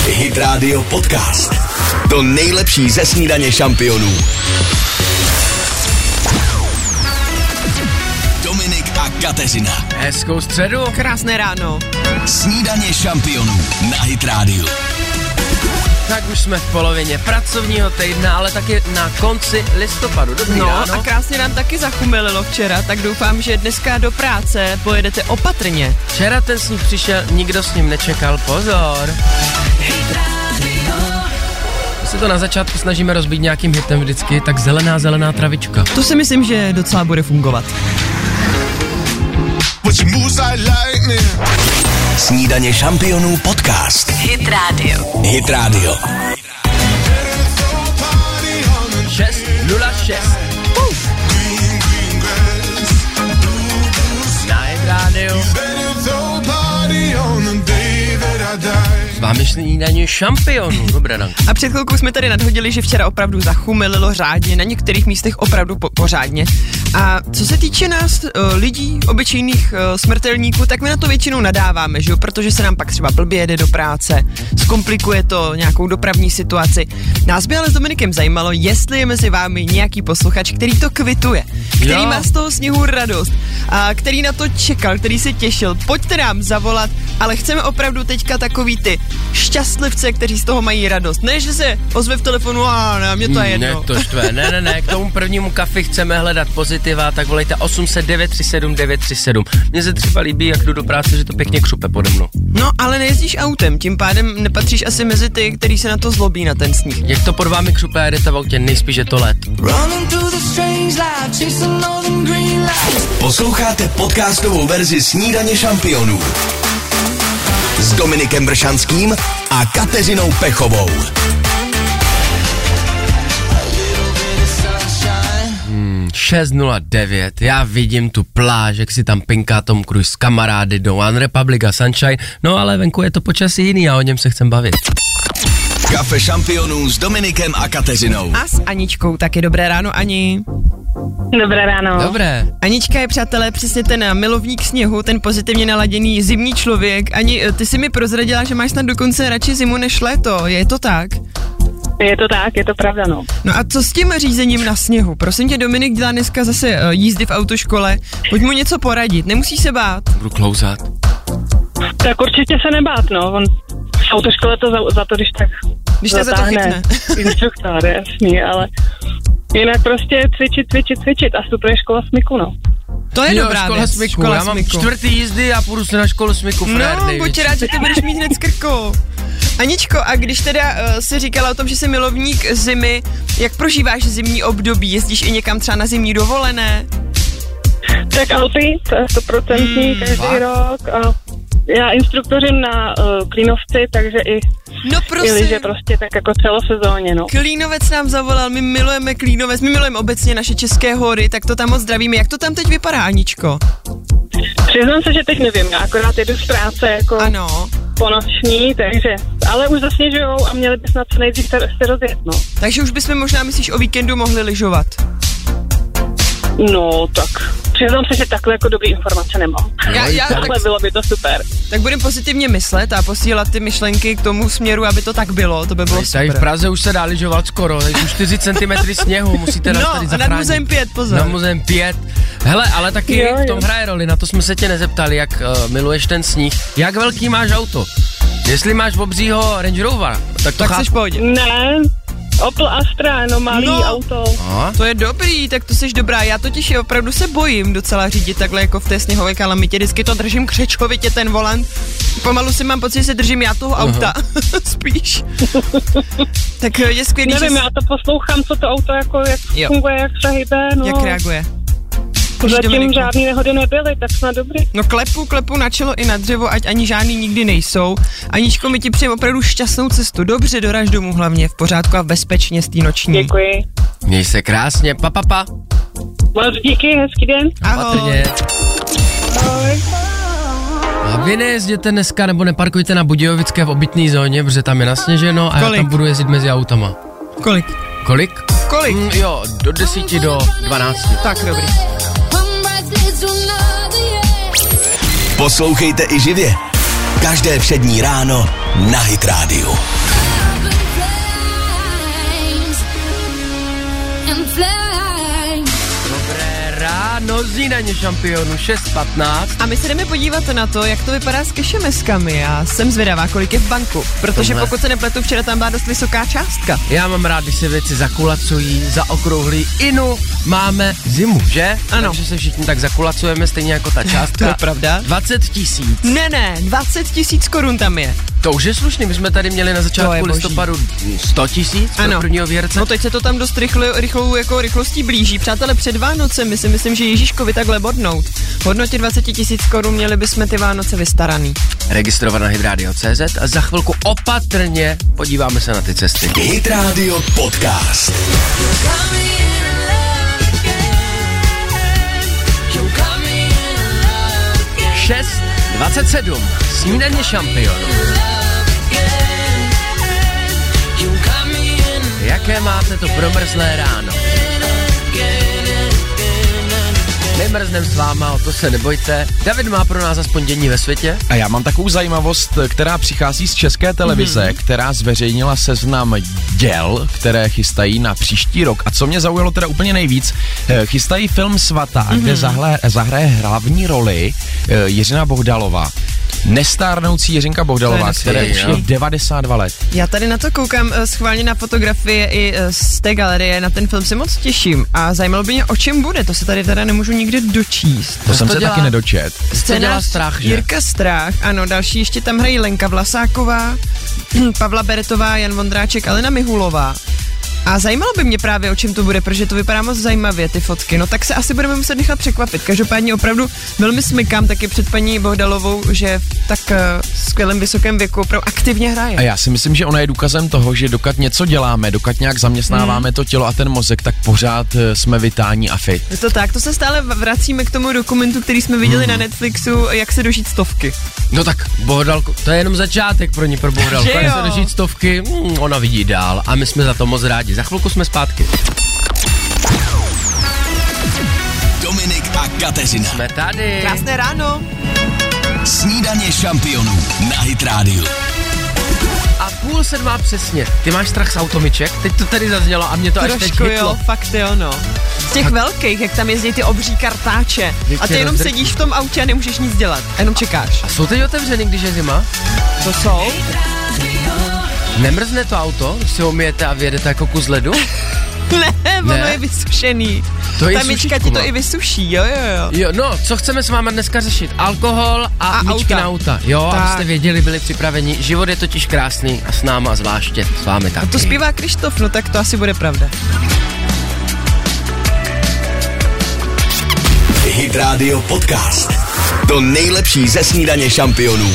Hit Radio Podcast. To nejlepší ze snídaně šampionů. Dominik a Kateřina. Hezkou středu. Krásné ráno. Snídaně šampionů na Hit Radio. Tak už jsme v polovině pracovního týdne, ale taky na konci listopadu. Dobrý ráno. A krásně nám taky zachumelilo včera, tak doufám, že dneska do práce pojedete opatrně. Včera ten sníh přišel, nikdo s ním nečekal, pozor. My se to na začátku snažíme rozbít nějakým hitem vždycky, tak zelená travička. To si myslím, že docela bude fungovat. Snídaně šampionů podcast. Hit Radio. Hit Radio. 6:06. Na Hit Radio. S vámi snídaně šampionů. Dobré ráno. A před chvilkou jsme tady nadhodili, že včera opravdu zachumelilo řádně, na některých místech opravdu pořádně. A co se týče nás, lidí, obyčejných smrtelníků, tak my na to většinou nadáváme, že jo? Protože se nám pak třeba blbě jede do práce, zkomplikuje to nějakou dopravní situaci. Nás by ale s Dominikem zajímalo, jestli je mezi vámi nějaký posluchač, který to kvituje, který má z toho sněhu radost, a který na to čekal, který se těšil. Pojďte nám zavolat, ale chceme opravdu teďka takový ty šťastlivce, kteří z toho mají radost. Ne, že se ozve v telefonu a mě to je jedno. Ne, to štve. Ne, k tomu prvnímu kafi chceme hledat pozitiva, tak volejte 800 937 937. Mně se třeba líbí, jak jdu do práce, že to pěkně křupe pode mnou. No, ale nejezdíš autem, tím pádem nepatříš asi mezi ty, který se na to zlobí, na ten sníh. Jak to pod vámi křupe a jedete v autě, nejspíš je to led. Posloucháte podcastovou verzi Snídaně šampionů s Dominikem Bršanským a Kateřinou Pechovou. 6:09, já vidím tu pláž, jak si tam pinká Tom Cruise s kamarády do One Republic a Sunshine, no ale venku je to počasí jiný a o něm se chcem bavit. Kafe šampionů s Dominikem a Kateřinou. A s Aničkou taky dobré ráno, Ani. Dobré ráno. Dobré. Anička je, přátelé, přesně ten milovník sněhu, ten pozitivně naladěný zimní člověk. Ani, ty si mi prozradila, že máš snad dokonce radši zimu než léto, je to tak? Je to tak, je to pravda, no. No a co s tím řízením na sněhu? Prosím tě, Dominik dělá dneska zase jízdy v autoškole, pojď mu něco poradit, nemusíš se bát. Budu klouzat. Tak určitě se nebát, no, on v autoškole to za to, když tak zatáhne instruktor, jasný, ale jinak prostě cvičit a vstupuje škola smyku, no. To je dobrá škola věc, smyku. škola Já mám smyku. 4. jízdy a půjdu se na školu smyku. No, buď rád, že to budeš mít hned z krku. Aničko, a když teda si říkala o tom, že jsi milovník zimy, jak prožíváš zimní období? Jezdíš i někam třeba na zimní dovolené? Tak Alpy, to je 100% každý rok a já instruktořím na Klínovci, takže i liže prostě tak jako celosezóně, no. Klínovec nám zavolal, my milujeme Klínovec, my milujeme obecně naše české hory, tak to tam moc zdravíme. Jak to tam teď vypadá, Aničko? Přiznám se, že teď nevím, já akorát jedu z práce jako ponoční, takže, ale už zasněžujou a měli bychom co nejdřív se rozjet, no. Takže už bychom možná, myslíš, o víkendu mohli lyžovat? No, tak přiznám se, že takhle jako dobrý informace nemám. Takhle bylo by to super. Tak budeme pozitivně myslet a posílat ty myšlenky k tomu směru, aby to tak bylo, to by bylo super. Tady v Praze už se dá lyžovat skoro, takže 4 cm sněhu, musíte nás tady zachránit. No, nad Muzeem 5, pozor. Nad Muzeem 5. Hele, ale taky v tom hraje roli, na to jsme se tě nezeptali, jak miluješ ten sníh. Jak velký máš auto? Jestli máš obřího Range Rover, tak to chápu. Chceš pohodě. Ne, Opel Astra, no malý auto. To je dobrý, tak to jsi dobrá. Já totiž opravdu se bojím docela řídit takhle jako v té sněhové kalamitě. Vždycky to držím křečkovitě ten volant. Pomalu si mám pocit, že se držím já toho auta. Spíš. Tak je skvělý. Nevím, já to poslouchám, co to auto jako, jak funguje, jak se hýbe, no. Jak reaguje. Zatím žádný nehody nebyly, tak snad dobrý. No klepu na čelo i na dřevo, ať ani žádný nikdy nejsou. Aničko, my ti přejeme opravdu šťastnou cestu. Dobře doraž domů hlavně, v pořádku a bezpečně z té noční. Děkuji. Měj se krásně, pa. Moc díky, hezký den. Ahoj. Ahoj. A vy nejezděte dneska nebo neparkujte na Budějovické v obytné zóně, protože tam je nasněženo a já tam budu jezdit mezi automa. Kolik? Jo, do 10 do 12. Tak, dobrý. Poslouchejte i živě. Každé přední ráno na Hit Radio. Ráno snídaně šampionu 6:15. A my se jdeme podívat na to, jak to vypadá s kešemeskami. Já jsem zvědavá, kolik je v banku, protože pokud se nepletu, včera tam byla dost vysoká částka. Já mám rád, když se věci zakulacují, zaokrouhlí. Inu, máme zimu, že? Ano. Takže se všichni tak zakulacujeme, stejně jako ta částka. To je pravda. 20 000. Ne, 20 000 korun tam je. To už je slušný, my jsme tady měli na začátku listopadu 100 000 pro prvního věrce. No teď se to tam dost rychlostí blíží. Přátelé, před Vánocemi si myslím, že Ježíškovi takhle bodnout. V hodnotě 20 000 korun měli bychom ty Vánoce vystaraný. Registrovat na hitradio.cz a za chvilku opatrně podíváme se na ty cesty. Hit Radio Podcast. 6:27. Snídaně šampionu. Jaké máte to promrzlé ráno? Nemrznem s váma, o to se nebojte. David má pro nás aspoň dění ve světě. A já mám takovou zajímavost, která přichází z České televize, která zveřejnila seznam děl, které chystají na příští rok. A co mě zaujalo teda úplně nejvíc, chystají film Svatá, kde zahraje hlavní roli Jiřina Bohdalová. Nestárnoucí Jiřinka Bohdalová, které už je 92 let. Já tady na to koukám schválně na fotografie i z té galerie, na ten film se moc těším a zajímalo by mě, o čem bude, to se tady teda nemůžu nikdy dočíst. To jsem se taky nedočet. Scénář Strach, že? Jirka Strach, ano, další ještě tam hrají Lenka Vlasáková, Pavla Beretová, Jan Vondráček, Alena Mihulová. A zajímalo by mě právě, o čem to bude, protože to vypadá moc zajímavě, ty fotky. No tak se asi budeme muset nechat překvapit. Každopádně opravdu velmi smykám taky před paní Bohdalovou, že v tak skvělém vysokém věku opravdu aktivně hraje. A já si myslím, že ona je důkazem toho, že dokud něco děláme, dokud nějak zaměstnáváme to tělo a ten mozek, tak pořád jsme vitální a fit. Je to tak, to se stále vracíme k tomu dokumentu, který jsme viděli na Netflixu, jak se dožít 100. No tak Bohdalku, to je jenom začátek pro ní, pro Bohdalku. Jak se dožít 100, ona vidí dál a my jsme za to moc rádi. Za chvilku jsme zpátky. Dominik a Kateřina. Jsme tady. Krásné ráno. Snídaně šampionů na Hit Radio. A 6:30 přesně. Ty máš strach z automyček? Teď to tady zaznělo a mě to trošku až teď hitlo. Jo, fakt jo, no. Z těch velkých, jak tam jezdí ty obří kartáče. A ty jenom sedíš v tom autě a nemůžeš nic dělat. A jenom čekáš. A jsou teď otevřený, když je zima? To jsou. Nemrzne to auto, když si ho umyjete a vyjedete jako kus ledu? Ne, ono je vysušený. Ta myčka ti to i vysuší, jo. Jo, no, co chceme s váma dneska řešit? Alkohol a myčky auta. na auta. Jo, tak. Abyste věděli, byli připraveni. Život je totiž krásný a s náma zvláště, s vámi taky. A to zpívá Krištof, no tak to asi bude pravda. Hit Radio Podcast. To nejlepší ze snídaně šampionů.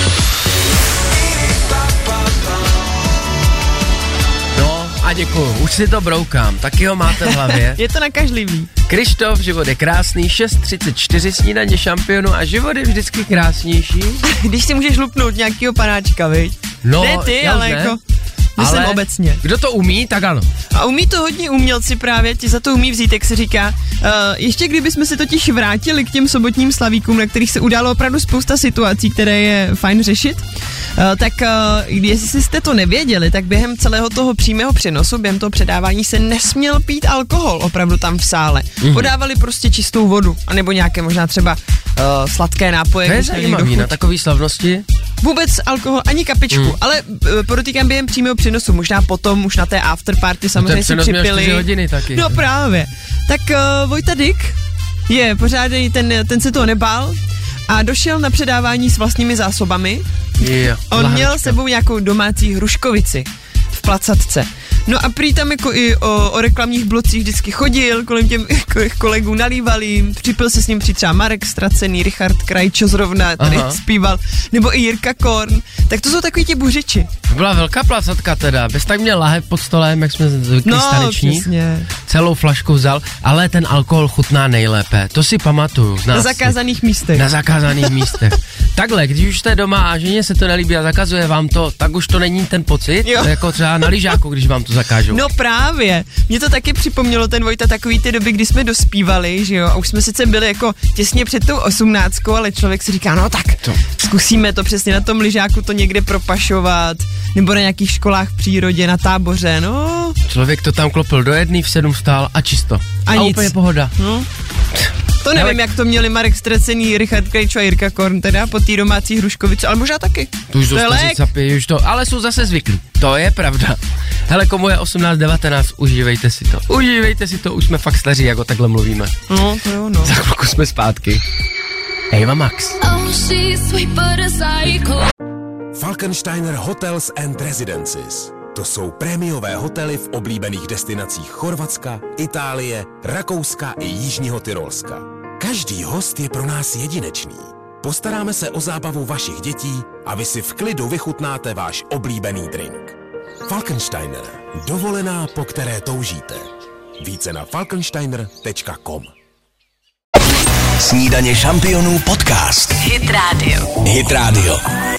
A děkuju, už si to broukám, taky ho máte v hlavě. Je to nakažlivý. Krištof, život je krásný, 6:34 snídaně šampionu a život je vždycky krásnější. Když si můžeš lupnout nějakýho panáčka, viď? No, ne ty, ale ne. jako... Myslím ale obecně. Kdo to umí, tak ano. A umí to hodně umělci právě, ti za to umí vzít, jak se říká. Ještě kdybychom se totiž vrátili k těm sobotním slavíkům, na kterých se událo opravdu spousta situací, které je fajn řešit, tak jestli jste to nevěděli, tak během celého toho přímého přenosu, během toho předávání se nesměl pít alkohol opravdu tam v sále. Podávali prostě čistou vodu, anebo nějaké možná třeba sladké nápoje. To je zajímavý, na takový slavnosti. Vůbec alkohol, ani kapičku, ale podotýkám během přímého přenosu, možná potom, už na té afterparty samozřejmě si připili. 4 hodiny taky. No právě. Tak Vojta Dyk je pořádný, ten se toho nebál a došel na předávání s vlastními zásobami. Jo, on měl sebou nějakou domácí hruškovici v placatce. No a prý tam jako i o reklamních blocích vždycky chodil, kolem těm kolegů nalíval jim, připil se s ním třeba Marek Stracený, Richard Krajčo zrovna tady zpíval, nebo i Jirka Korn, tak to jsou takový ti buřiči. To byla velká placatka teda, bez tak měl lahev pod stolem, jak jsme zvyklí staneční. Přesně. Celou flašku vzal, ale ten alkohol chutná nejlépe, to si pamatuju. Na zakázaných místech. Na zakázaných místech. Takhle, když už jste doma a ženě se to nelíbí a zakazuje vám to, tak už to není ten pocit, jako třeba na lyžáku, když vám to to zakážou. No právě, mě to taky připomnělo ten Vojta takový ty doby, kdy jsme dospívali, že jo, a už jsme sice byli jako těsně před tou 18, ale člověk si říká, no tak zkusíme to přesně na tom lyžáku to někde propašovat, nebo na nějakých školách v přírodě, na táboře, no. Člověk to tam klopil do jedný, v 7 stál a čisto. A nic. Úplně pohoda. No. To nevím, jak to měli Marek Stracený, Richard Krejčo a Jirka Korn teda po té domácí Hruškovice, ale možná taky. To už už to, ale jsou zase zvyklí. To je pravda. Hele, komu je 18-19, užívejte si to, už jsme fakt staří, jako takhle mluvíme. No, to jo, no. Za chvilku jsme zpátky. Eva Max. Falkensteiner Hotels and Residences. To jsou prémiové hotely v oblíbených destinacích Chorvatska, Itálie, Rakouska i Jižního Tyrolska. Každý host je pro nás jedinečný. Postaráme se o zábavu vašich dětí a vy si v klidu vychutnáte váš oblíbený drink. Falkensteiner. Dovolená, po které toužíte. Více na falkensteiner.com. Snídaně šampionů podcast. Hit Radio.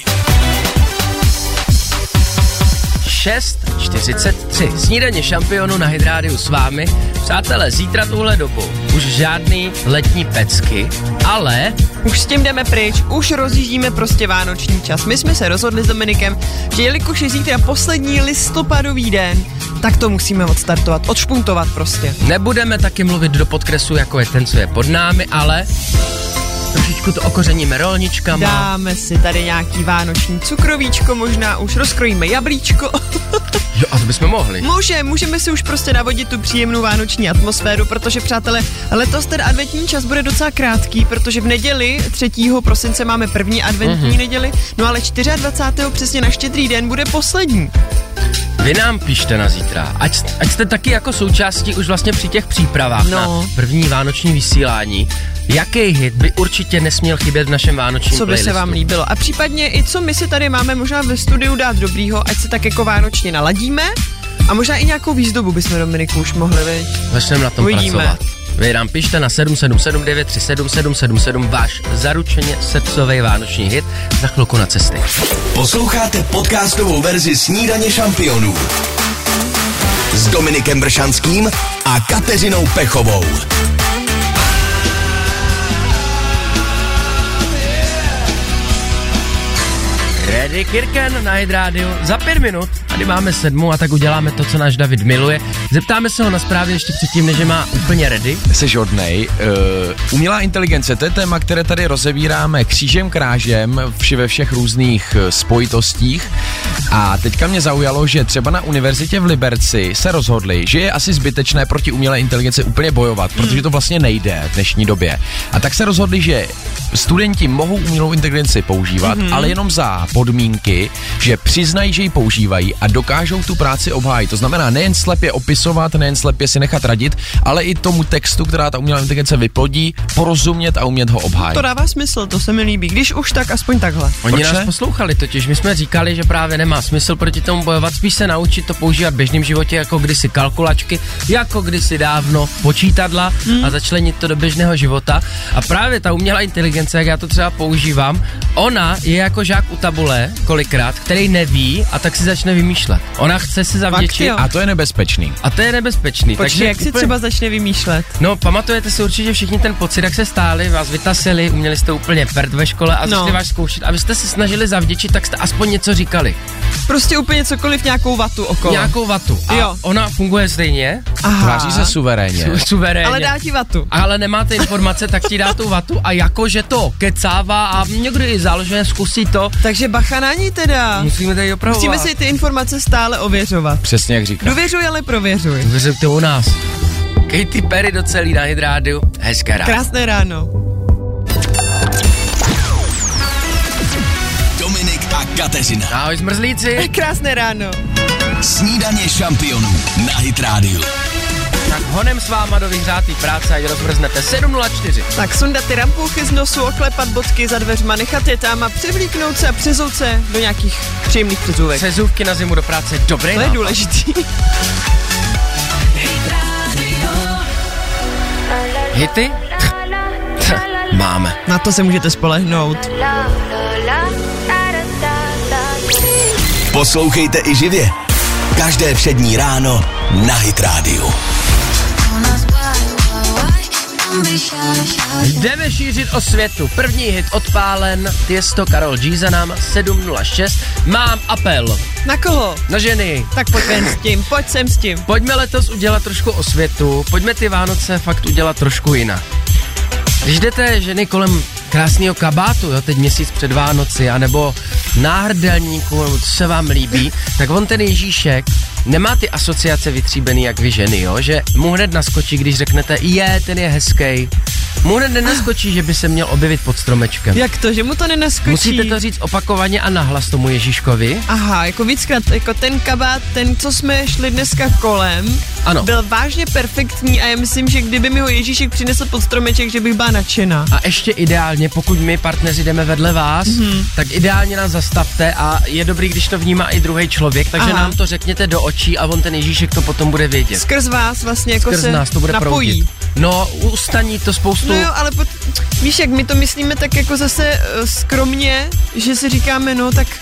6:43. Snídaně šampionů na Hit Rádiu s vámi. Přátelé, zítra tuhle dobu už žádný letní pecky, ale... Už s tím jdeme pryč, už rozjíždíme prostě vánoční čas. My jsme se rozhodli s Dominikem, že jelikož je zítra poslední listopadový den, tak to musíme odstartovat, odšpuntovat prostě. Nebudeme taky mluvit do podkresu, jako je ten, co je pod námi, ale... trošičku to okořeníme rolničkama. Dáme si tady nějaký vánoční cukrovíčko, možná už rozkrojíme jablíčko. Jo, a to bychom mohli. Můžeme si už prostě navodit tu příjemnou vánoční atmosféru, protože přátelé, letos ten adventní čas bude docela krátký, protože v neděli 3. prosince máme první adventní neděli, no ale 24. přesně na Štědrý den bude poslední. Vy nám píšte na zítra, ať jste taky jako součástí už vlastně při těch přípravách na první vánoční vysílání. Jaký hit by určitě nesměl chybět v našem vánočním playlistu? Co by se vám líbilo? A případně i co my si tady máme možná ve studiu dát dobrýho, ať se tak jako vánočně naladíme a možná i nějakou výzdobu bychom, Dominiku, už mohli, viď? Začneme na tom pracovat. Vy nám pište na 777-937-777 váš zaručeně srdcovej vánoční hit za chvilku na cesty. Posloucháte podcastovou verzi Snídaně šampionů s Dominikem Bršanským a Kateřinou Pechovou. Reddy Kirken na Hit Radio za 5 minut. Tady máme 7 a tak uděláme to, co náš David miluje. Zeptáme se ho na zprávě ještě předtím, než je má úplně ready. Jseš hodnej. Umělá inteligence, to je téma, které tady rozebíráme křížem krážem ve všech různých spojitostích. A teďka mě zaujalo, že třeba na univerzitě v Liberci se rozhodli, že je asi zbytečné proti umělé inteligenci úplně bojovat, protože to vlastně nejde v dnešní době. A tak se rozhodli, že studenti mohou umělou inteligenci používat, ale jenom za podmínky, že přiznají, že ji používají a dokážou tu práci obhájit. To znamená nejen slepě opisovat, nejen slepě si nechat radit, ale i tomu textu, která ta umělá inteligence vyplodí, porozumět a umět ho obhájit. To dává smysl, to se mi líbí. Když už tak aspoň takhle. Oni nás poslouchali totiž, my jsme říkali, že právě nemá smysl proti tomu bojovat, spíš se naučit to používat v běžném životě, jako kdysi kalkulačky, jako kdysi dávno počítadla a začlenit to do běžného života. A právě ta umělá inteligence, jak já to třeba používám, ona je jako žák u tabule kolikrát, který neví a tak si začne vymýšlet. Ona chce si zavděčit. A to je nebezpečný. Takže jak si třeba začne vymýšlet? No, pamatujete si určitě všichni ten pocit, jak se stáli, vás vytasili, uměli jste úplně prd ve škole a začali vás zkoušet a vy jste se snažili zavděčit, tak jste aspoň něco říkali. Prostě úplně cokoliv, nějakou vatu okolo. Nějakou vatu. A jo. Ona funguje stejně. Tváří se suverénně. Suverénně. Ale dá ti vatu. Ale nemáte informace, tak ti dá tu vatu a jakože to kecává a někdy i záleží, zkusí to. Takže bacha na ní teda. Musíme tady opravovat. Musíme si ty informace stále ověřovat. Přesně jak říkáš. Důvěřuj, ale prověřuj. Důvěřujte u nás. Katy Perry do celý na Hit Rádiu. Hezké ráno. Krásné ráno. Dominik a Kateřina. Ahoj zmrzlíci. Krásné ráno. Snídaně šampionů na Hit Rádiu. Tak honem s váma do vyhřátý práce, ať rozmrznete 7:04. Tak sundat ty rampuchy z nosu, oklepat bodky za dveřma, nechat je tam a převlíknout se a přezout se do nějakých příjemných přezůvek. Přezůvky na zimu do práce, dobrý. To je důležitý. Hity? Máme. Na to se můžete spolehnout. Poslouchejte i živě. Každé přední ráno na Hit Radio. Jdeme šířit osvětu. První hit odpálen, Tiesto, Karol G za náma, 7:06. Mám apel. Na koho? Na ženy. Tak pojď sem s tím. Pojďme letos udělat trošku osvětu, pojďme ty Vánoce fakt udělat trošku jinak. Když jdete ženy kolem krásného kabátu, jo, teď měsíc před Vánoci, anebo náhrdelníku, nebo co se vám líbí, tak on ten Ježíšek nemá ty asociace vytříbený jak vy ženy, jo, že mu hned naskočí, když řeknete, ten je hezkej. Mu hned nenaskočí, že by se měl objevit pod stromečkem. Jak to, že mu to nenaskočí? Musíte to říct opakovaně a nahlas tomu Ježíškovi. Aha, jako víckrát, jako ten kabát, ten, co jsme šli dneska kolem, ano, byl vážně perfektní a já myslím, že kdyby mi ho Ježíšek přinesl pod stromeček, že bych byla nadšená. A ještě ideálně, pokud my partneři jdeme vedle vás, tak ideálně nás zastavte a je dobrý, když to vnímá i druhý člověk, takže nám to řekněte do očí a on ten Ježíšek to potom bude vědět. Skrz vás vlastně jako skrz se nás to bude napojí. Proudit. No, ustaní to spoustu. No jo, ale víš, jak my to myslíme tak jako zase skromně, že si říkáme, no tak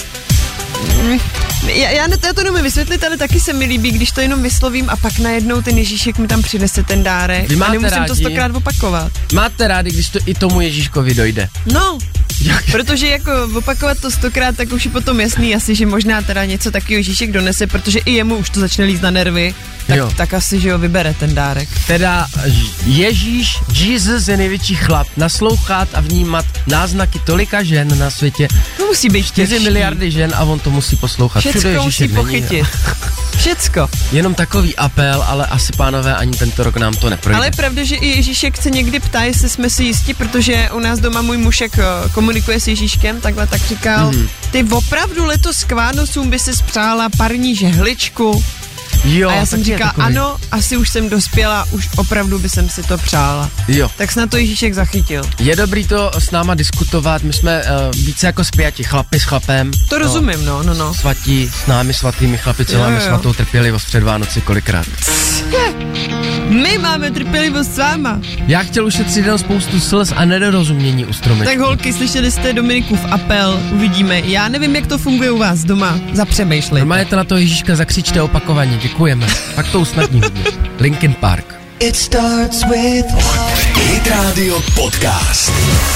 já to nemůžu vysvětlit, ale taky se mi líbí, když to jenom vyslovím a pak najednou ten Ježíšek mi tam přinese ten dárek a nemusím to 100krát opakovat. Máte rádi, když to i tomu Ježíškovi dojde? No, protože jako opakovat to 100krát, tak už je potom jasný asi, že možná teda něco takového Ježíšek donese, protože i jemu už to začne líst na nervy, tak asi, že ho vybere ten dárek. Teda Jesus je největší chlap, naslouchat a vnímat náznaky tolika žen na světě. To musí být 4 miliardy žen a on to musí poslouchat. Všecko musí pochytit. Všecko. Jenom takový apel, ale asi pánové ani tento rok nám to neprojde. Ale je pravda, že i Ježíšek se někdy ptá, jestli jsme si jistí, protože u nás doma můj mužek komunikuje s Ježíškem, takhle tak říkal, ty opravdu letos k Vánocům by si spřála parní žehličku. Jo, a já jsem říkala, ano, asi už jsem dospěla, už opravdu by jsem si to přála. Jo. Tak snad to Ježíšek zachytil. Je dobrý to s náma diskutovat, my jsme více jako spjati, chlapi s chlapem. To rozumím, no. Svatí, s námi svatými chlapi, co máme svatou trpělivost před Vánoci kolikrát. My máme trpělivost s váma. Já chtěl ušetřit jenom spoustu slz a nedorozumění u stromečku. Tak holky, slyšeli jste Dominikův apel, uvidíme. Já nevím, jak to funguje u vás doma, zapřemýšlejte. Normálně to na toho Ježíška zakřičte opakovaně, děkujeme. Pak to usnadní hodně. Linkin Park. It starts with Hit Radio Podcast.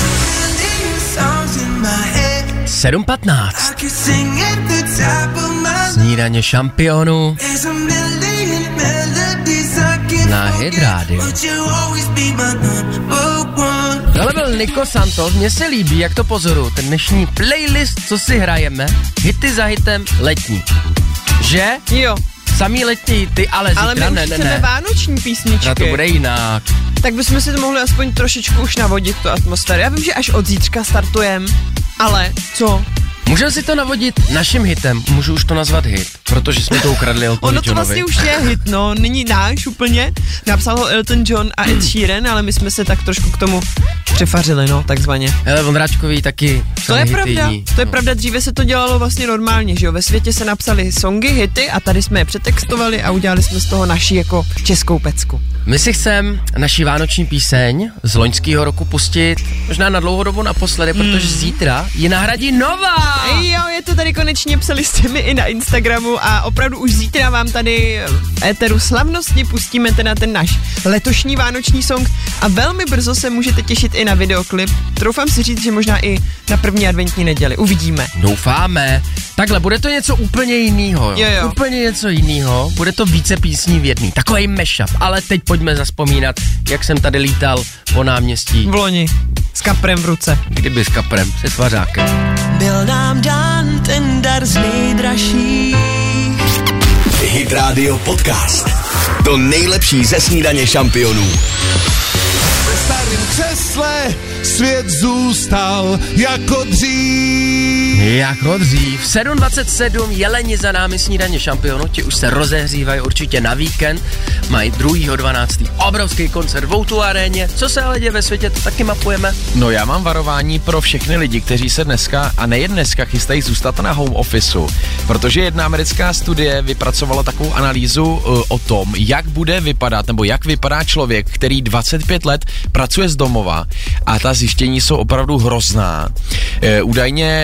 7:15. Snídaně šampionů na Hit Radio. Tohle byl Nico Santos, mně se líbí, jak to pozoruju, ten dnešní playlist, co si hrajeme, hity za hitem letní. Že? Jo. Samý letní hity, ale zítra ale my už chceme vánoční písničky. Na to bude jinak. Tak bychom si to mohli aspoň trošičku už navodit, tu atmosféru. Já vím, že až od zítřka startujeme, ale co? Můžeme si to navodit naším hitem, můžu už to nazvat hit, protože jsme to ukradli Elton Johnovi. Ono to vlastně už je hit, no, není náš úplně, napsal ho Elton John a Ed Sheeran, ale my jsme se tak trošku k tomu přefařili, no, takzvaně. Hele, Vondráčkový taky. To je pravda, to je pravda, dříve se to dělalo vlastně normálně, že jo, ve světě se napsali songy, hity a tady jsme je přetextovali a udělali jsme z toho naši jako českou pecku. My si chceme naši vánoční píseň z loňského roku pustit, možná na dlouhou dobu naposledy, protože zítra ji nahradí nová. Jo, je to tady konečně, psali jste mi i na Instagramu a opravdu už zítra vám tady v éteru slavnostně pustíme ten náš letošní vánoční song a velmi brzo se můžete těšit i na videoklip. Troufám si říct, že možná i na první adventní neděli. Uvidíme. Doufáme. Takhle, bude to něco úplně jiného. Jo. Úplně něco jiného. Bude to více písní v jedný. Takovej mashup. Ale teď pojďme zazpomínat, jak jsem tady lítal po náměstí. V loni. S kaprem v ruce. Kdyby s kaprem, se svařákem. Byl nám dán ten dar z nejdražších. Hit Radio Podcast. To nejlepší ze snídaně šampionů. Ve starém křesle svět zůstal jako dřív. Jako dřív. 7:27, Jeleni za námi snídaně šampionů, ti už se rozehřívají určitě na víkend. Mají 2.12. obrovský koncert v O2 aréně. Co se ale děje ve světě, to taky mapujeme. No já mám varování pro všechny lidi, kteří se dneska a nejen dneska chystají zůstat na home officeu, protože jedna americká studie vypracovala takovou analýzu o tom, jak bude vypadat, nebo jak vypadá člověk, který 25 let pracuje z domova a ta zjištění jsou opravdu hrozná. Údajně ten model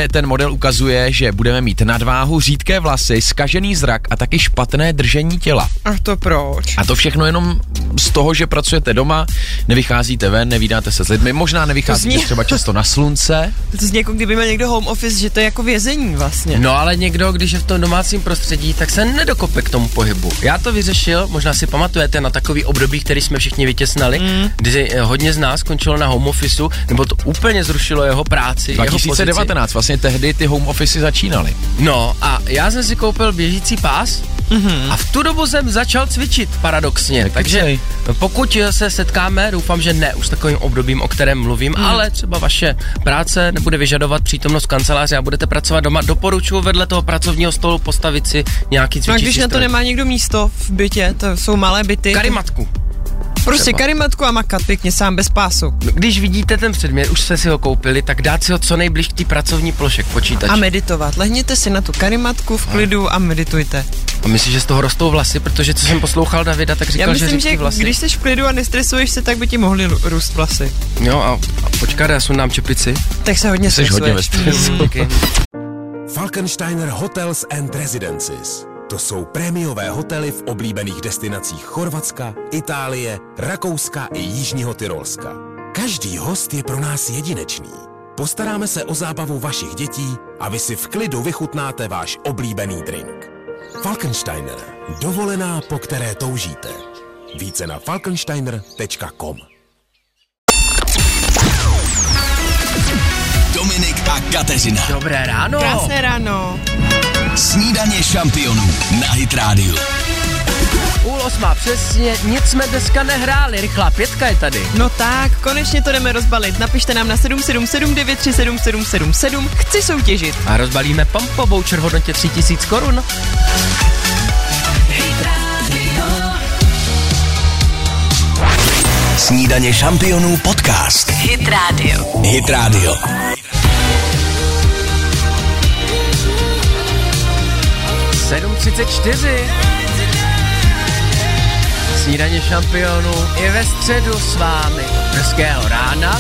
model ukazuje, že budeme mít nadváhu, řídké vlasy, zkažený zrak a taky špatné držení těla. A to proč? A to všechno jenom z toho, že pracujete doma, nevycházíte ven, nevídáte se s lidmi, možná nevycházíte třeba často na slunce. To zní jako kdyby měl někdo home office, že to je jako vězení vlastně. No ale někdo, když je v tom domácím prostředí, tak se nedokope k tomu pohybu. Já to vyřešil, možná si pamatujete na takový období, který jsme všichni vytěsnali, kdy hodně z nás skončilo na home officeu, nebo to úplně zrušilo jeho práci, 2019, vlastně tehdy ty home office začínaly. No a já jsem si koupil běžící pás a v tu dobu jsem začal cvičit paradoxně, takže pokud se setkáme, doufám, že ne už takovým obdobím, o kterém mluvím, ale třeba vaše práce nebude vyžadovat přítomnost v kanceláři a budete pracovat doma, doporučuji vedle toho pracovního stolu postavit si nějaký cvičící stroj. A když na to nemá někdo místo v bytě, to jsou malé byty. Karimatku. Prostě třeba karimatku a makat pěkně sám bez pásu. Když vidíte ten předmět, už jste si ho koupili, tak dát si ho co nejblíž k té pracovní ploše k počítači. A meditovat. Lehněte si na tu karimatku v klidu a meditujte. A myslíš, že z toho rostou vlasy? Protože co jsem poslouchal Davida, tak říkal, že řidký vlasy. Když jsi v klidu a nestresuješ se, tak by ti mohly růst vlasy. Jo a počkat, já sundám čepici. Tak se hodně stresuješ. Jsi hodně ve stresu. Falkensteiner Hotels and Residences. To jsou prémiové hotely v oblíbených destinacích Chorvatska, Itálie, Rakouska i Jižního Tyrolska. Každý host je pro nás jedinečný. Postaráme se o zábavu vašich dětí a vy si v klidu vychutnáte váš oblíbený drink. Falkensteiner. Dovolená, po které toužíte. Více na falkensteiner.com. Dominik a Kateřina. Dobré ráno. Krásné ráno. Snídaně šampionů na Hit Radio. 7:08 přesně, nic jsme dneska nehráli, rychlá pětka je tady. No tak, konečně to jdeme rozbalit. Napište nám na 777937777. Chci soutěžit. A rozbalíme Pompo voucher v hodnotě 3000 korun. Snídaně šampionů podcast. Hit Radio. Hit Radio. Snídaně šampionů i ve středu s vámi. Hezkého rána.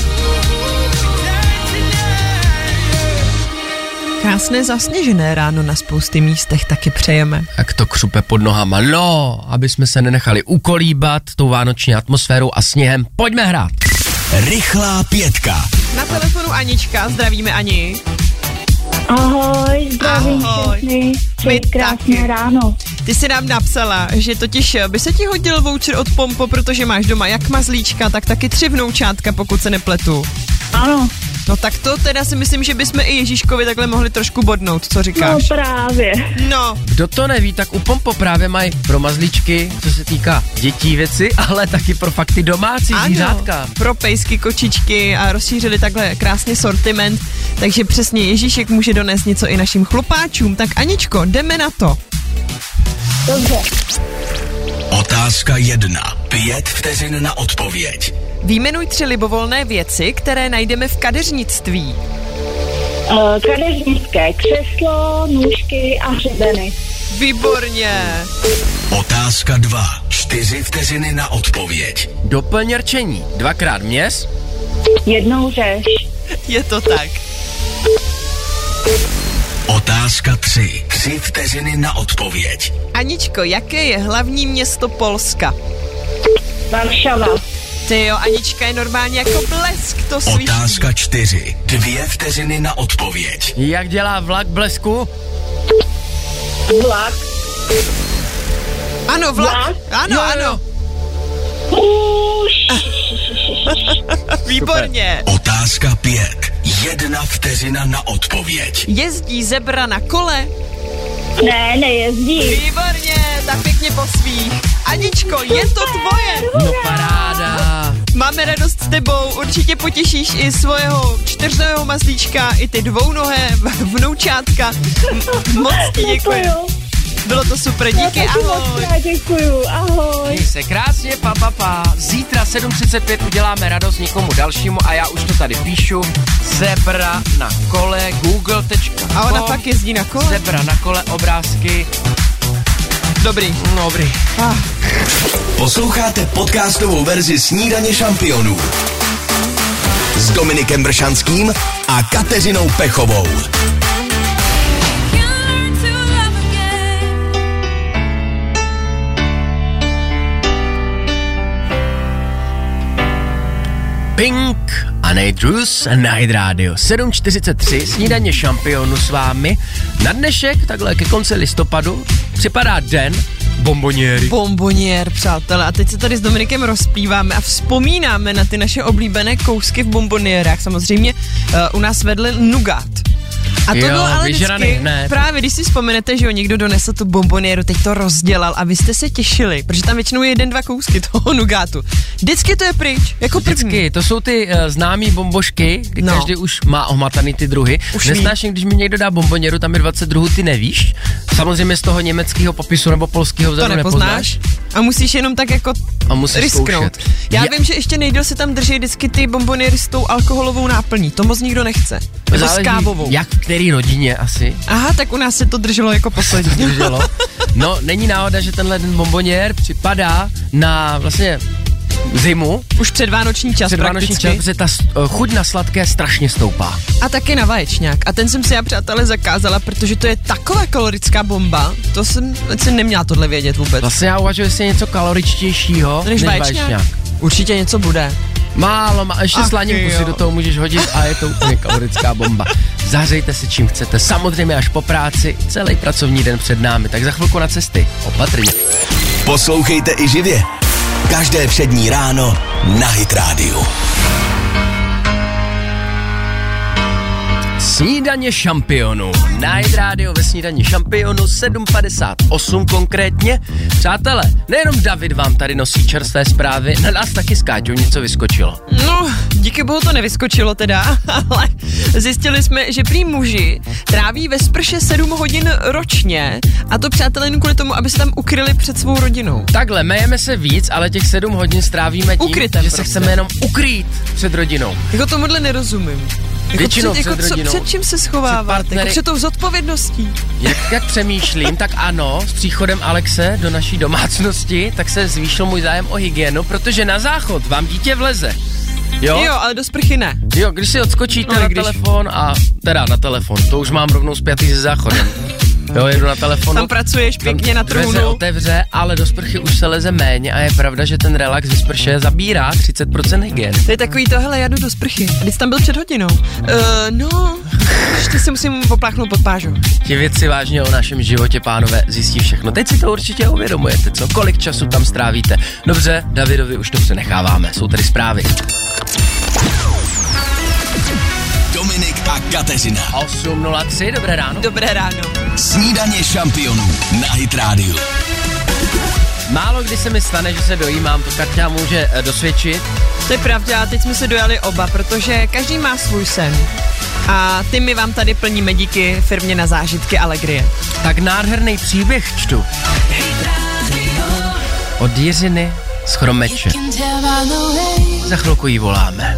Krásné zasněžené ráno na spousty místech taky přejeme. Jak to křupe pod nohama, no, aby jsme se nenechali ukolíbat tou vánoční atmosférou a sněhem. Pojďme hrát. Rychlá pětka. Na telefonu Anička, zdravíme Ani. Ahoj, zdravím všechny. Krásné ráno. Ty jsi nám napsala, že totiž by se ti hodil voucher od Pompo, protože máš doma jak mazlíčka, tak taky 3 vnoučátka, pokud se nepletu. Ano. No tak to teda si myslím, že bychom i Ježíškovi takhle mohli trošku bodnout, co říkáš? No právě. No. Kdo to neví, tak u Pompo právě mají pro mazlíčky, co se týká dětí věci, ale taky pro fakt ty domácí zvířátka. Pro pejsky, kočičky a rozšířili takhle krásný sortiment, takže přesně Ježíšek může donést něco i našim chlupáčům. Tak Aničko, jdeme na to. Dobře. Otázka 1. 5 vteřin na odpověď. Výjmenuj 3 libovolné věci, které najdeme v kadeřnictví. Kadeřnické křeslo, nůžky a hřebeny. Výborně. Otázka 2. 4 vteřiny na odpověď. Doplň rčení. 2krát měs. 1 řeš. Je to tak. Otázka 3. 3 vteřiny na odpověď. Aničko, jaké je hlavní město Polska? Varšava. Ty jo, Anička je normálně jako blesk, to slyší. Otázka 4. 2 vteřiny na odpověď. Jak dělá vlak blesku? Vlak. Ano, vlak. Ano, jo, ano. Výborně. Otázka 5. 1 vteřina na odpověď. Jezdí zebra na kole? Ne, nejezdí. Výborně, tak pěkně posvích. Aničko, je to tvoje. No paráda. Máme radost s tebou, určitě potěšíš i svého 4nohého mazlíčka, i ty 2nohé vnoučátka. Moc ti děkuji. Bylo to super, díky, ahoj. Děkuju, ahoj. Měj se krásně, pa. Zítra 7:35 uděláme radost někomu dalšímu a já už to tady píšu. Zebra na kole, google.com. A ona fakt jezdí na kole? Zebra na kole, obrázky. Dobrý. Posloucháte podcastovou verzi Snídaně šampionů s Dominikem Bršanským a Kateřinou Pechovou. Pink a Nate Drews na Hit Radio. 7:43, snídaně šampionu s vámi. Na dnešek, takhle ke konci listopadu, připadá den bomboniéry. Bomboniér, přátelé. A teď se tady s Dominikem rozpíváme a vzpomínáme na ty naše oblíbené kousky v bomboniérách. Samozřejmě u nás vedle nugát. A to bylo ale vždycky, právě když si vzpomenete, že někdo donesl tu bombonieru, teď to rozdělal a vy jste se těšili, protože tam většinou je 1-2 kousky toho nugátu. Vždycky to je pryč, jako vždycky. To jsou ty známý bombošky, kdy každý už má ohmataný ty druhy. Nesnáším, když mi někdo dá bombonieru, tam je 20 druhů, ty nevíš. Samozřejmě z toho německého popisu nebo polského vzoru nepoznáš. A musíš jenom tak jako risknout. Já vím, že ještě nejdýl se tam drží vždycky ty bomboniery s tou alkoholovou náplní. To moc nikdo nechce. Nebo s kávovou. Jak v který rodině asi? Aha, tak u nás se to drželo jako poslední. No, není náhoda, že tenhle den bomboniér připadá na vlastně zimu. Už předvánoční čas prakticky. Protože ta chuť na sladké strašně stoupá. A taky na vaječňák. A ten jsem si já, přátelé, zakázala, protože to je taková kalorická bomba. To jsem neměla tohle vědět vůbec. Vlastně já uvažuji, jestli je něco kaloričtějšího než vaječňák. Určitě něco bude. Málo, ještě slaninku si do toho můžeš hodit a je to úplně kalorická bomba. Zahřejte si čím chcete, samozřejmě až po práci, celý pracovní den před námi, tak za chvilku na cesty, opatrně. Poslouchejte i živě, každé všední ráno na Hit Radio. Snídaně šampionu. Na Hit Radio ve snídaně šampionu 7:58 konkrétně. Přátelé, nejenom David vám tady nosí čerstvé zprávy, na nás taky s Káťou něco vyskočilo. No, díky bohu to nevyskočilo teda, ale zjistili jsme, že prý muži tráví ve sprše 7 hodin ročně a to, přátelé, jen kvůli tomu, aby se tam ukryli před svou rodinou. Takhle, mejeme se víc, ale těch 7 hodin strávíme tím, že se chceme jenom ukrýt před rodinou. Jako tomuhle nerozumím. Většinou před rodinou. Před čím se schováváte? Jako před tou zodpovědností. Jak přemýšlím, tak ano, s příchodem Alexe do naší domácnosti, tak se zvýšil můj zájem o hygienu, protože na záchod vám dítě vleze. Jo, ale do sprchy ne. Jo, když si odskočíte na telefon na telefon, to už mám rovnou spjatý se záchodem. Jo, jedu na telefonu. Tam pracuješ pěkně na trůnu. Dveře otevře, ale do sprchy už se leze méně a je pravda, že ten relax ve sprše zabírá 30% hygieny. To je takový to, hele, já jdu do sprchy. A když tam byl před hodinou. Ještě si musím popláchnout pod pážou. Ti věci vážně o našem životě, pánové, zjistí všechno. Teď si to určitě uvědomujete, co? Kolik času tam strávíte. Dobře, Davidovi už to přenecháváme. Jsou tady zprávy. Dominik a Kateřina. 8:03, dobré ráno. Dobré ráno. Snídaně šampionů na Hit Radio. Málo kdy se mi stane, že se dojímám, to Kaťa může dosvědčit. To je pravda, teď jsme se dojali oba, protože každý má svůj sen. A my vám tady plníme díky firmě Na zážitky Allegrie. Tak nádherný příběh čtu. Od Jiřiny z Chromeče. Za chvilku jí voláme.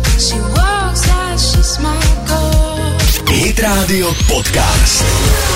Hit Radio Podcast.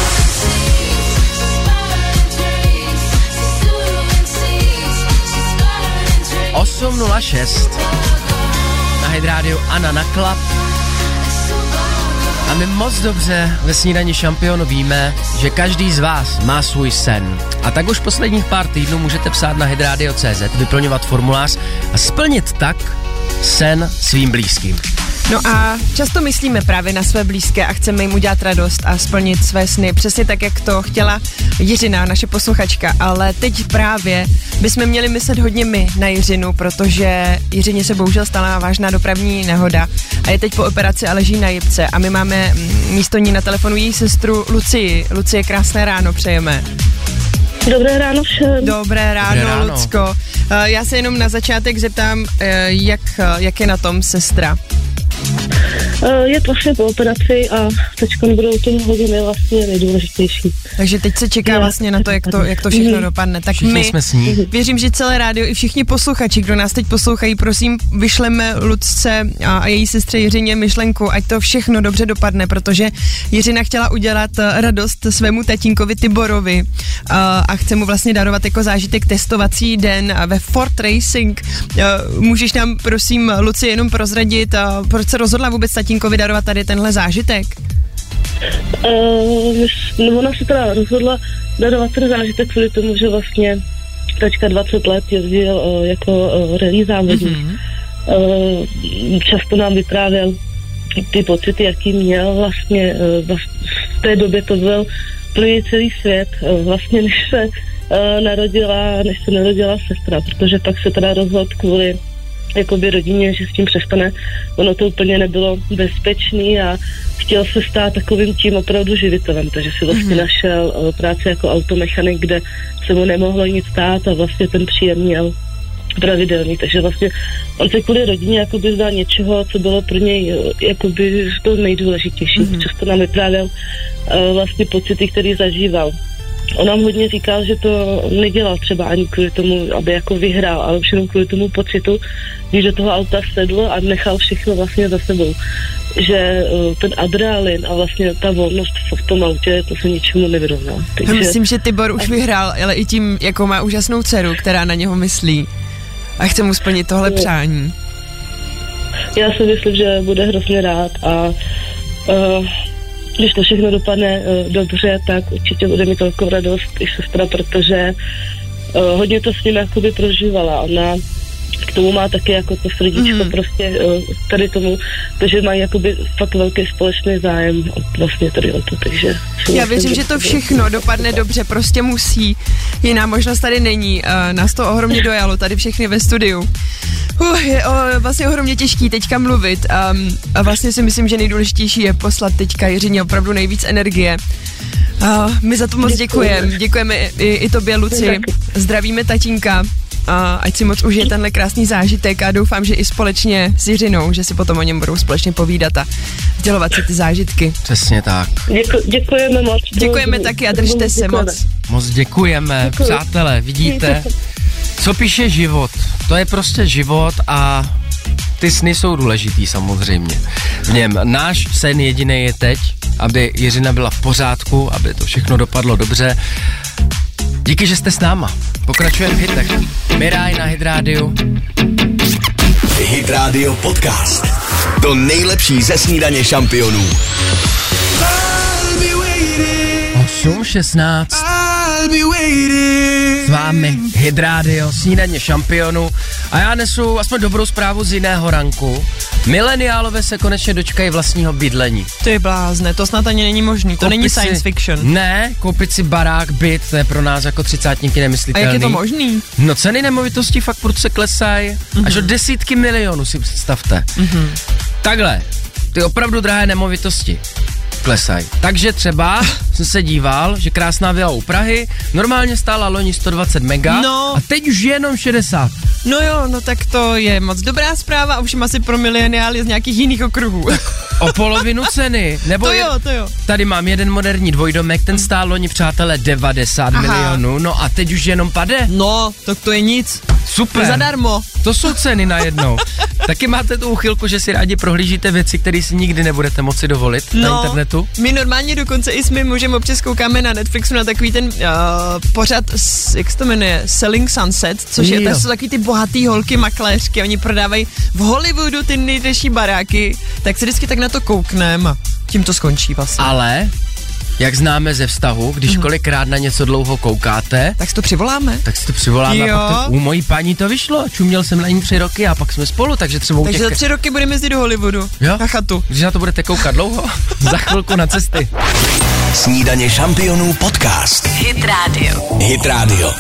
Osm 06 na Hit Radio Anna Naklap. A my moc dobře ve snídani šampionu víme, že každý z vás má svůj sen. A tak už posledních pár týdnů můžete psát na hitradio.cz, vyplňovat formulář a splnit tak sen svým blízkým. No a často myslíme právě na své blízké a chceme jim udělat radost a splnit své sny, přesně tak, jak to chtěla Jiřina, naše posluchačka, ale teď právě bychom měli myslet hodně my na Jiřinu, protože Jiřině se bohužel stala vážná dopravní nehoda a je teď po operaci a leží na jipce a my máme místo ní na telefonu její sestru Lucii. Lucie, krásné ráno přejeme. Dobré ráno všem. Dobré ráno, Lucko. Já se jenom na začátek zeptám, jak je na tom sestra? Je to vlastně po operaci a teď budou ty hodiny vlastně nejdůležitější. Takže teď se čeká vlastně na to, jak to všechno dopadne. Tak všichni jsme s ní. Věřím, že celé rádio i všichni posluchači, kdo nás teď poslouchají, prosím, vyšleme Lucce a její sestře Jiřině myšlenku, ať to všechno dobře dopadne, protože Jiřina chtěla udělat radost svému tatínkovi Tiborovi a chce mu vlastně darovat jako zážitek testovací den ve Ford Racing. Můžeš nám, prosím, Luci, jenom prozradit, proč se rozhodla vůbec tatínkovi darovat tady tenhle zážitek? Ona se teda rozhodla darovat ten zážitek kvůli tomu, že vlastně tačka 20 let jezdil jako rally závodník. často nám vyprávěl ty pocity, jaký měl vlastně v té době to byl pro něj celý svět, vlastně než se narodila sestra, protože pak se teda rozhodl kvůli jakoby rodině, že s tím přestane. Ono to úplně nebylo bezpečný a chtěl se stát takovým tím opravdu živitelem, takže si vlastně našel práci jako automechanik, kde se mu nemohlo nic stát a vlastně ten příjem měl pravidelný, takže vlastně on se kvůli rodině jakoby vzdal něčeho, co bylo pro něj jakoby to nejdůležitější. Často nám vyprávěl vlastně pocity, který zažíval. On nám hodně říkal, že to nedělal třeba ani kvůli tomu, aby jako vyhrál, ale už jenom kvůli tomu pocitu, když do toho auta sedl a nechal všechno vlastně za sebou. Že ten adrenalin a vlastně ta volnost v tom autě, to se ničemu nevyrovná. Takže... Myslím, že Tibor už vyhrál, ale i tím, jako má úžasnou dceru, která na něho myslí a chce mu splnit tohle přání. Já si myslím, že bude hrozně rád a když to všechno dopadne dobře, tak určitě bude mít velkou radost i sestra, protože hodně to s ním jakoby prožívala. Ona k tomu má taky jako to srdíčko prostě tady tomu, takže mají jakoby fakt velký společný zájem vlastně tady o to, takže... Já věřím, že to všechno dopadne dobře, prostě musí. Jiná možnost tady není. Nás to ohromně dojalo, tady všechny ve studiu. Je vlastně ohromně těžký teďka mluvit a vlastně si myslím, že nejdůležitější je poslat teďka Jiřině opravdu nejvíc energie. My za to moc děkujeme. Děkujeme i tobě, Luci. Zdravíme tatínka. Ať si moc užije tenhle krásný zážitek a doufám, že i společně s Jiřinou, že si potom o něm budou společně povídat a sdělovat si ty zážitky. Přesně tak. Děkujeme moc. Děkujeme taky a držte se moc. Moc děkujeme, přátelé, vidíte, co píše život. To je prostě život a ty sny jsou důležitý samozřejmě. V něm náš sen jediný je teď, aby Jiřina byla v pořádku, aby to všechno dopadlo dobře. Díky, že jste s náma. Pokračujeme v hitech. Miraj na Hit Radio. Hit Radio Podcast. To nejlepší ze snídaně šampionů. 8:16. S vámi Hit Radio, snídaně šampionů. A já nesu aspoň dobrou zprávu z jiného ranku. Mileniálové se konečně dočkají vlastního bydlení. To je blázne, to snad ani není možný, to není science fiction. Ne, koupit si barák, byt, to je pro nás jako třicátníky nemyslitelný. A jak je to možný? No ceny nemovitostí fakt prudce klesají, až o desítky milionů si představte. Takhle, ty opravdu drahé nemovitosti klesají. Takže třeba jsem se díval, že krásná vila u Prahy normálně stála loni 120 mega a teď už jenom 60. No jo, no tak to je moc dobrá zpráva a už asi pro mileniály z nějakých jiných okruhů. O polovinu ceny. Nebo to jo. Tady mám jeden moderní dvojdomek, ten stál loni, přátelé, 90 milionů, no a teď už jenom pade. No, tak to je nic. Super. To zadarmo. To jsou ceny najednou. Taky máte tu úchylku, že si rádi prohlížíte věci, které si nikdy nebudete moci dovolit na internetu? My normálně dokonce i s my můžeme občas koukáme na Netflixu na takový ten pořad, jak se to jmenuje, Selling Sunset, což je, to jsou takový ty bohatý holky makléřky, oni prodávají v Hollywoodu ty nejdražší baráky, tak se vždycky tak na to koukneme a tím to skončí vlastně. Ale jak známe ze vztahu, když kolikrát na něco dlouho koukáte, tak si to přivoláme. A pak u mojí paní to vyšlo. Čuměl jsem na ní 3 roky a pak jsme spolu, takže třeba Takže za 3 roky budeme jezdit do Hollywoodu. Na chatu. Když na to budete koukat dlouho, za chvilku na cesty. Snídaně šampionů podcast. Hit Radio. Hit Radio.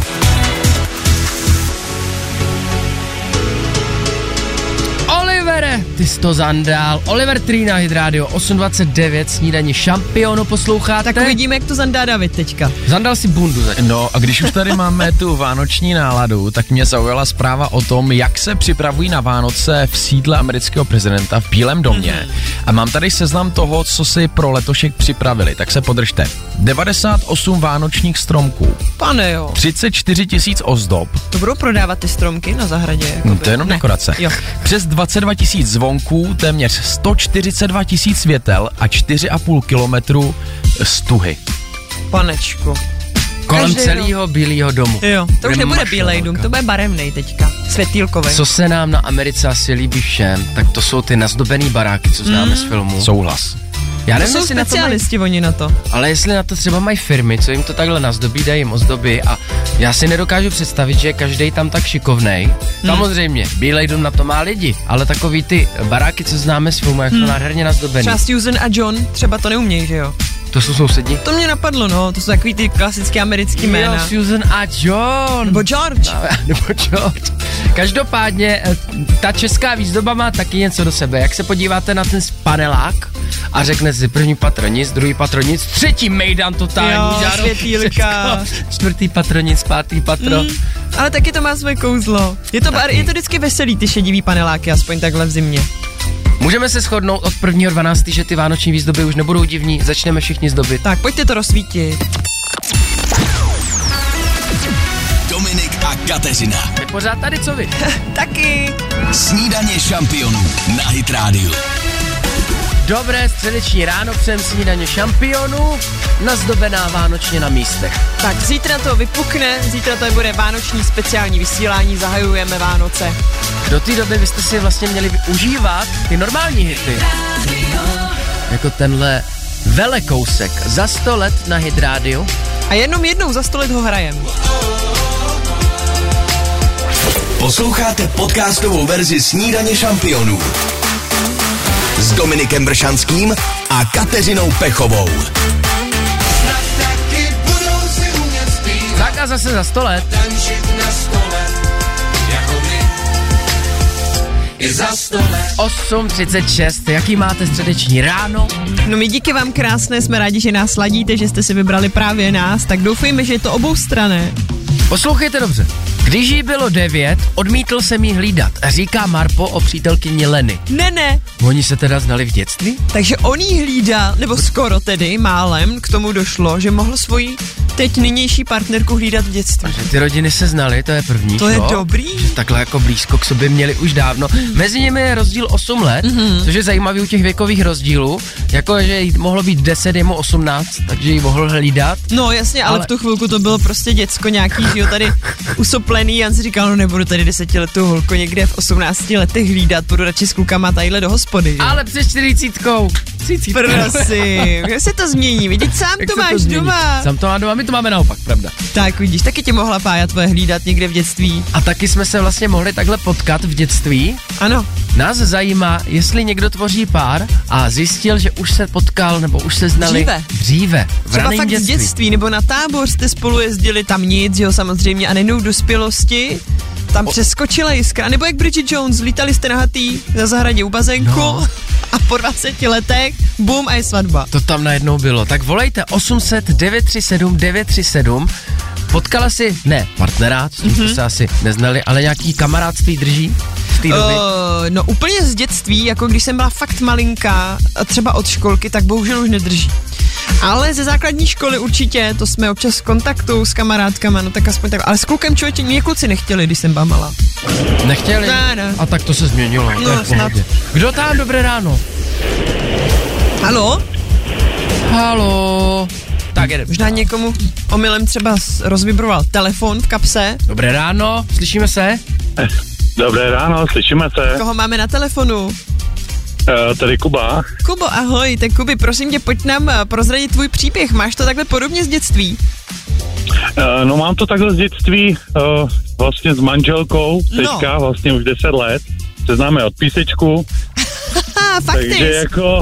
Olivere, ty jsi to zandál. Oliver Trína, Hit Radio 8:29, snídaně šampionu posloucháte. Tak uvidíme, jak to zandá David teďka. Zandal si bundu zatím. No a když už tady máme tu vánoční náladu, tak mě zaujala zpráva o tom, jak se připravují na Vánoce v sídle amerického prezidenta v Bílém domě. A mám tady seznam toho, co si pro letošek připravili, tak se podržte. 98 vánočních stromků. Pane jo. 34 000 ozdob. To budou prodávat ty stromky na zahradě? To je jenom dekorace. Jo. Přes 22 000 zvonků, téměř 142 000 světel a 4,5 kilometru stuhy. Panečku. Kolem celého Bílého domu. Jo, to už nebude Bílej dům, to bude barevnej teďka, světýlkovej. Co se nám na Americe asi líbí všem, tak to jsou ty nazdobený baráky, co známe z filmu. Souhlas. Já nevím, to jsou specialisti oni na to. Ale jestli na to třeba mají firmy, co jim to takhle nazdobí, dají jim ozdoby a já si nedokážu představit, že je každej tam tak šikovnej. Samozřejmě, Bílej dům na to má lidi, ale takový ty baráky, co známe z filmu, jak to nádherně nazdobený. Třeba Susan a John třeba to neumějí, že jo? To jsou sousedí? To mě napadlo, no, to jsou takový ty klasické americký jména. Jo, Susan a John. Nebo George. Nebo George. Každopádně, ta česká výzdoba má taky něco do sebe. Jak se podíváte na ten panelák a řekne si první patro nic, druhý patro nic, třetí mejdan totální. Jo, světýlka. Čtvrtý patro nic, pátý patro. Ale taky to má své kouzlo. Je to vždycky veselý, ty šedivý paneláky, aspoň takhle v zimě. Můžeme se shodnout od 1.12., že ty vánoční výzdoby už nebudou divní, začneme všichni zdobit. Tak, pojďte to rozsvítit. Dominik a Kateřina. Je pořád tady, co vy? Taky. Snídaně šampionů na Hit Radio. Dobré středeční ráno, přejem snídaně šampionů, nazdobená vánočně na místech. Tak, zítra to vypukne, zítra to bude vánoční speciální vysílání, zahajujeme Vánoce. Do té doby byste si vlastně měli užívat ty normální hity. Jako tenhle velekousek za 100 let na Hit Radio. A jednou za 100 let ho hrajem. Posloucháte podcastovou verzi Snídaně šampionů s Dominikem Bršanským a Kateřinou Pechovou. Tak a zase za 100 let. 8:36, jaký máte středeční ráno? No my díky vám krásné, jsme rádi, že nás sladíte, že jste si vybrali právě nás, tak doufejme, že je to oboustranné. Poslouchejte dobře. Když jí bylo 9, odmítl jsem jí hlídat, říká Marpo o přítelkyni Leny. Ne. Oni se teda znali v dětství? Takže on jí hlídal, nebo skoro tedy, málem k tomu došlo, že mohl svoji teď nynější partnerku hlídat v dětství. A že ty rodiny se znaly, to je první. To je dobrý. Že takhle jako blízko k sobě měli už dávno. Mezi nimi je rozdíl 8 let, což je zajímavý u těch věkových rozdílů, jako že jí mohlo být 10, jemu 18, takže ji mohl hlídat. No jasně, ale v tu chvilku to bylo prostě děcko nějaký, že jo, tady usoplený, Jan si říkal, no nebudu tady 10letou holku někde v 18 letech hlídat, půjdu radši s klukama tadyhle do hospody. Že? Ale před 40. Prosím, jak se to změní, vidíš, sám to máš doma. Sám to má doma, my to máme naopak, pravda. Tak vidíš, taky tě mohla Pája tvoje hlídat někde v dětství. A taky jsme se vlastně mohli takhle potkat v dětství. Ano. Nás zajímá, jestli někdo tvoří pár a zjistil, že už se potkal nebo už se znali dříve v třeba fakt dětství. Z dětství, nebo na tábor jste spolu jezdili, tam nic, jo, samozřejmě, a nejednou dospělosti tam přeskočila jiskra, nebo jak Bridget Jones, lítali jste nahatý na zahradě u bazénku a po 20 letech, bum, a je svatba. To tam najednou bylo. Tak volejte 800 937 937. Potkala si, ne partnera, s tím se asi neznali, ale nějaký kamarádství drží v té době? No úplně z dětství, jako když jsem byla fakt malinká, třeba od školky, tak bohužel už nedrží. Ale ze základní školy určitě, to jsme občas v kontaktu s kamarádkama, no tak aspoň tak. Ale s klukem člověče, mě kluci nechtěli, když jsem byla malá. Nechtěli? Ne. A tak to se změnilo. No snad. Kdo tam? Dobré ráno. Haló? Haló. Tak jedem. Možná někomu omylem třeba rozvibroval telefon v kapse. Dobré ráno, slyšíme se? Dobré ráno, slyšíme se. Koho máme na telefonu? Tady Kuba. Kubo, ahoj, tak Kuby, prosím tě, pojď nám prozradit tvůj příběh. Máš to takhle podobně z dětství? No mám to takhle z dětství, vlastně s manželkou, teďka vlastně už 10 let. Se známe od písečku. Takže jako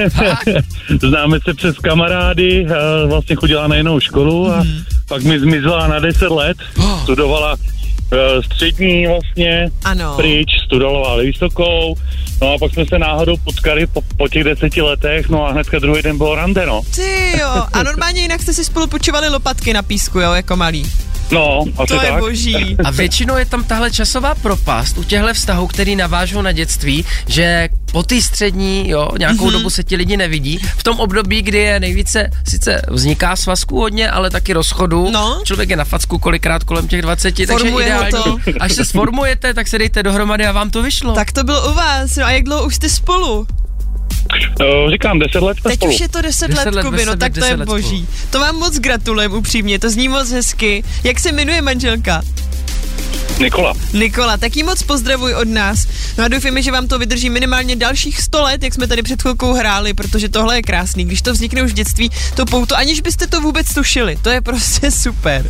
známe se přes kamarády, vlastně chodila na jinou školu a pak mi zmizela na 10 let, studovala střední vlastně, pryč, studovala vysokou, no a pak jsme se náhodou potkali po těch 10 letech, no a hnedka druhý den bylo rande, no. Ty jo, a normálně jinak jste si spolu počívali lopatky na písku, jo, jako malý. No, asi to tak. je boží. A většinou je tam tahle časová propast u těchto vztahů, který navážou na dětství, že po té střední, jo, nějakou dobu se ti lidi nevidí. V tom období, kdy je nejvíce, sice vzniká svazků hodně, ale taky rozchodů. No. Člověk je na facku kolikrát kolem těch 20, takže ideální. To. Až se sformujete, tak se dejte dohromady a vám to vyšlo. Tak to bylo u vás, no a jak dlouho už jste spolu? Říkám, 10 let teď spolu. Už je to 10 let, Kuby, no tak to je boží. To vám moc gratulujem upřímně, to zní moc hezky. Jak se jmenuje manželka? Nikola, taky moc pozdravuj od nás. No a doufáme, že vám to vydrží minimálně dalších 100 let, jak jsme tady před chvilkou hráli, protože tohle je krásný. Když to vznikne už v dětství, to pouto, aniž byste to vůbec tušili. To je prostě super.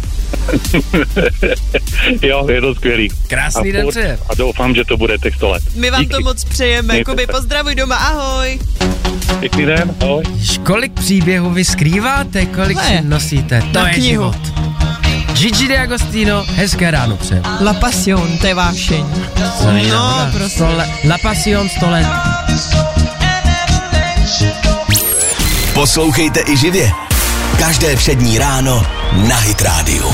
Jo, je to skvělý. Krásný den přeje. A doufám, že to bude těch 100 let. My vám to moc přejeme. Kuby, pozdravuj doma, ahoj. Pěkný den, ahoj. Kolik příběhů vy skrýváte, kolik si nosíte, to je život. Gigi D'Agostino, hezké ráno přeje. La Passion, to je vášeň. No, prostě. La Passion 100 let. Poslouchejte i živě. Každé všední ráno na Hit Radio.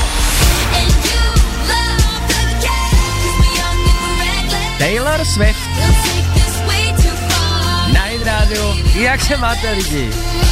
Taylor Swift na Hit Radio. Jak se máte, lidi?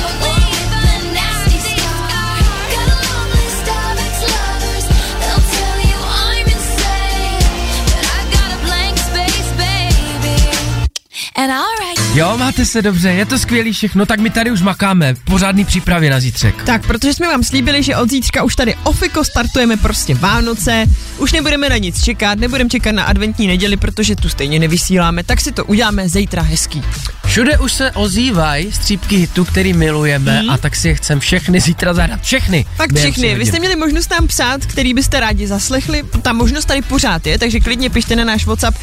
Jo, máte se dobře, je to skvělý všechno, tak my tady už makáme, pořádný přípravě na zítřek. Tak, protože jsme vám slíbili, že od zítřka už tady ofiko startujeme prostě Vánoce, už nebudeme na nic čekat, nebudeme čekat na adventní neděli, protože tu stejně nevysíláme, tak si to uděláme zítra hezký. Všude už se ozývají střípky hitů, který milujeme a tak si je chcem všechny zítra zahrát. Všechny. Fakt všechny. Vy jste měli možnost nám psát, který byste rádi zaslechli. Ta možnost tady pořád je, takže klidně pište na náš WhatsApp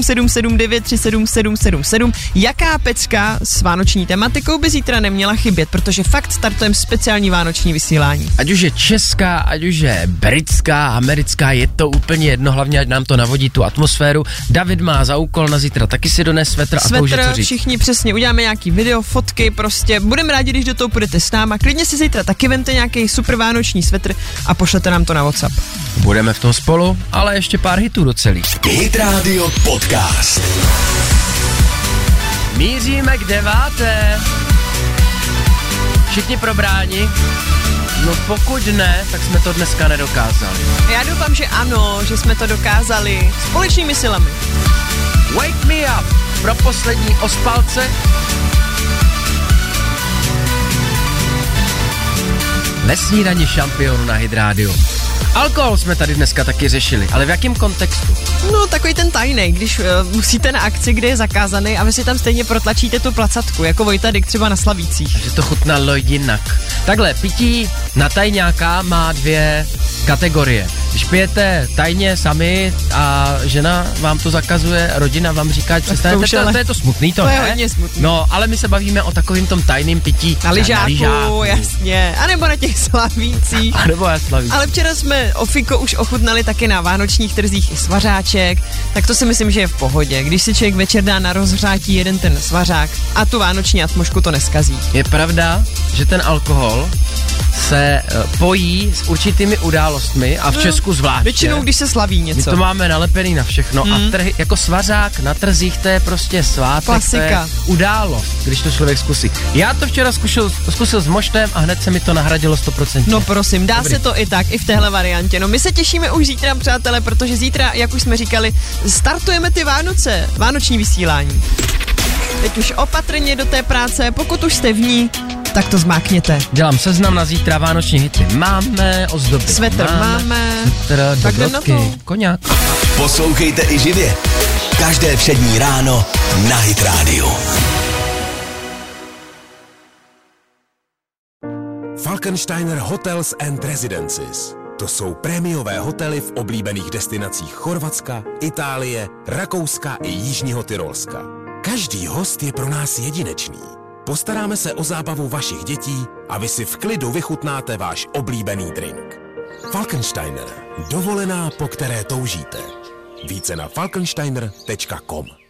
77793777. Jaká pecka s vánoční tematikou by zítra neměla chybět, protože fakt startujeme speciální vánoční vysílání. Ať už je česká, ať už je britská, americká, je to úplně jedno, hlavně ať nám to navodí tu atmosféru. David má za úkol na zítra taky si donést svetr a to už je co říct. Všichni přesně, uděláme nějaký video, fotky, prostě budeme rádi, když do toho půjdete s náma. Klidně si zítra taky vemte nějaký super vánoční svetr a pošlete nám to na WhatsApp. Budeme v tom spolu, ale ještě pár hitů do celý. Hit Radio Podcast. Míříme k 9. Všichni probráni? No pokud ne, tak jsme to dneska nedokázali. Já doufám, že ano, že jsme to dokázali společnými silami. Wake me up pro poslední ospalce. Ve snídani šampionu na Hit Radio. Alkohol jsme tady dneska taky řešili, ale v jakém kontextu? No takový ten tajný, když musíte na akci, kde je zakázaný a vy si tam stejně protlačíte tu placatku, jako Vojta Dyk třeba na Slavících. Že to chutnalo jinak. Takhle, pití na tajňáka má 2 kategorie. Když pijete tajně sami a žena vám to zakazuje, rodina vám říká, že přestanete, to je to smutný, to je hodně smutný. No, ale my se bavíme o takovým tom tajným pití. Na lyžáku, jasně. A nebo na těch Slavících. A nebo na Slavících. Ale včera jsme ofiko už ochutnali taky na vánočních trzích i svařáček, tak to si myslím, že je v pohodě. Když si člověk večer dá na rozhřátí jeden ten svařák a tu vánoční atmosféru to neskazí. Je pravda, že ten alkohol se pojí s určitými událostmi a v Česku zvláště. Většinou, když se slaví něco. My to máme nalepený na všechno a trhy, jako svařák na trzích, to je prostě svátek, klasika. To je událost, když to člověk zkusí. Já to včera zkusil s moštem a hned se mi to nahradilo 100%. No prosím, dá se to i tak, i v téhle variantě. No my se těšíme už zítra, přátelé, protože zítra, jak už jsme říkali, startujeme ty Vánoce, vánoční vysílání. Teď už opatrně do té práce, pokud už jste v ní, tak to zmákněte. Dělám seznam na zítra vánoční hity. Máme ozdoby. Svetr máme. Tak jdem na to. Koňák. Poslouchejte i živě. Každé všední ráno na Hit Radio. Falkensteiner Hotels and Residences. To jsou prémiové hotely v oblíbených destinacích Chorvatska, Itálie, Rakouska i Jižního Tyrolska. Každý host je pro nás jedinečný. Postaráme se o zábavu vašich dětí a vy si v klidu vychutnáte váš oblíbený drink. Falkensteiner. Dovolená, po které toužíte. Více na falkensteiner.com.